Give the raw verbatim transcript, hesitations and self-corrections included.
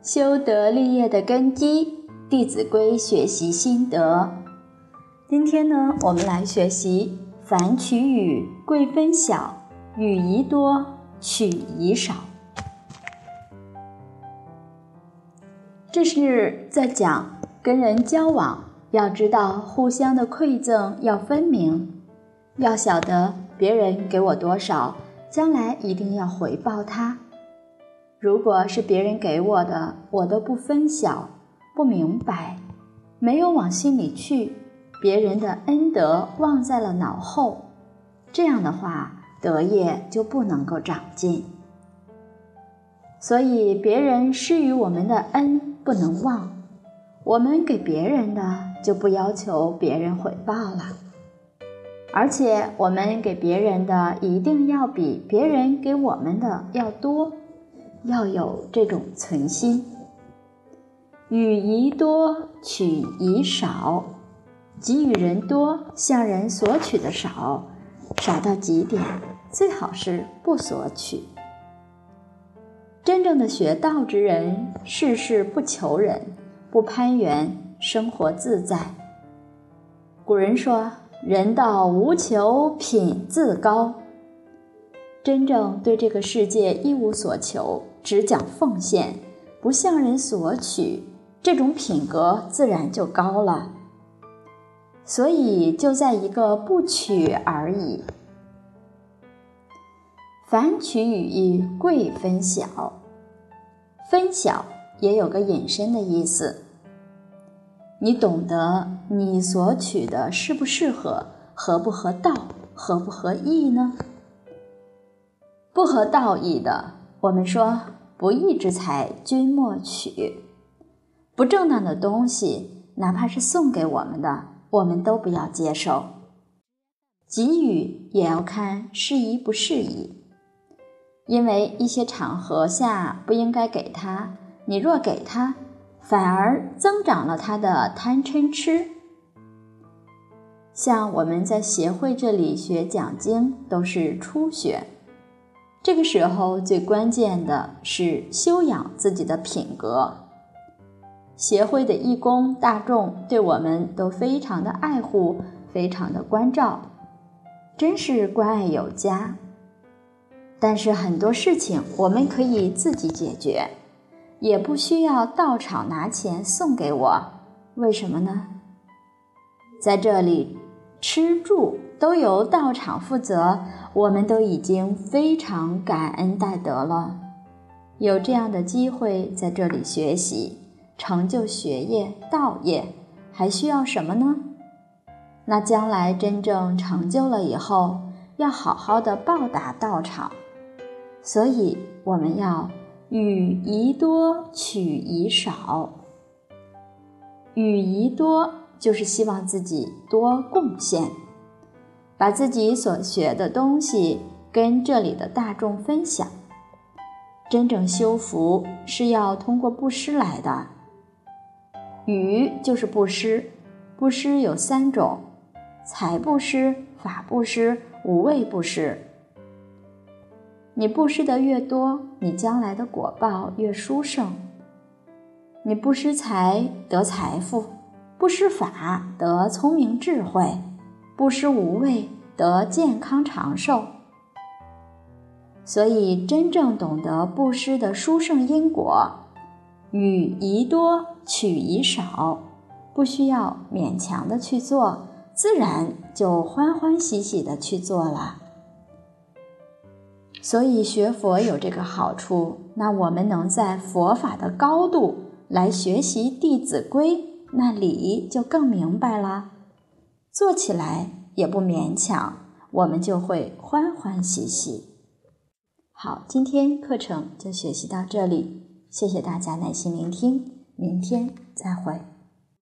修德立业的根基，《弟子规》学习心得。今天呢，我们来学习凡取与，贵分晓，与宜多，取宜少。这是在讲跟人交往，要知道互相的馈赠要分明，要晓得别人给我多少，将来一定要回报他。如果是别人给我的，我都不分晓，不明白，没有往心里去，别人的恩德忘在了脑后，这样的话，德业就不能够长进。所以别人施予我们的恩不能忘，我们给别人的就不要求别人回报了，而且我们给别人的一定要比别人给我们的要多，要有这种存心。与宜多，取宜少，给予人多，向人索取的少，少到极点，最好是不索取。真正的学道之人，事事不求人，不攀缘，生活自在。古人说，人道无求，品自高。真正对这个世界一无所求，只讲奉献，不向人索取，这种品格自然就高了。所以就在一个不取而已。凡取与，贵分晓。分晓也有个引申的意思，你懂得你所取的适不适合，合不合道，合不合意呢？不合道义的，我们说不义之财君莫取，不正当的东西，哪怕是送给我们的，我们都不要接受。给予也要看适宜不适宜，因为一些场合下不应该给他，你若给他，反而增长了他的贪嗔痴。像我们在协会这里学讲经，都是初学，这个时候最关键的是修养自己的品格。协会的义工大众对我们都非常的爱护，非常的关照，真是关爱有加。但是很多事情我们可以自己解决，也不需要道场拿钱送给我。为什么呢？在这里吃住都由道场负责，我们都已经非常感恩戴德了。有这样的机会在这里学习，成就学业道业，还需要什么呢？那将来真正成就了以后，要好好的报答道场。所以我们要与宜多，取宜少。与宜多就是希望自己多贡献，把自己所学的东西跟这里的大众分享。真正修福是要通过布施来的。与就是布施，布施有三种：财布施、法布施、无畏布施。你布施的越多，你将来的果报越殊胜。你布施财得财富，布施法得聪明智慧，布施无畏得健康长寿。所以真正懂得布施的殊胜因果，与宜多，取宜少，不需要勉强的去做，自然就欢欢喜喜的去做了。所以学佛有这个好处，那我们能在佛法的高度来学习《弟子规》，那理就更明白了，做起来也不勉强，我们就会欢欢喜喜。好，今天课程就学习到这里，谢谢大家耐心聆听，明天再会。